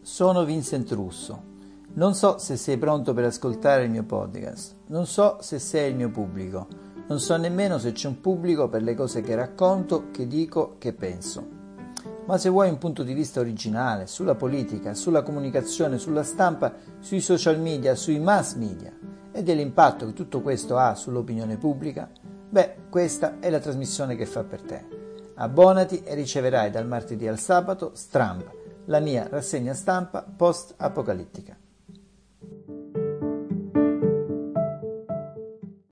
Sono Vincent Russo. Non so se sei pronto per ascoltare il mio podcast. Non so se sei il mio pubblico. Non so nemmeno se c'è un pubblico per le cose che racconto, che dico, che penso. Ma se vuoi un punto di vista originale sulla politica, sulla comunicazione, sulla stampa, sui social media, sui mass media e dell'impatto che tutto questo ha sull'opinione pubblica, questa è la trasmissione che fa per te. Abbonati e riceverai dal martedì al sabato Stramb, la mia rassegna stampa post-apocalittica.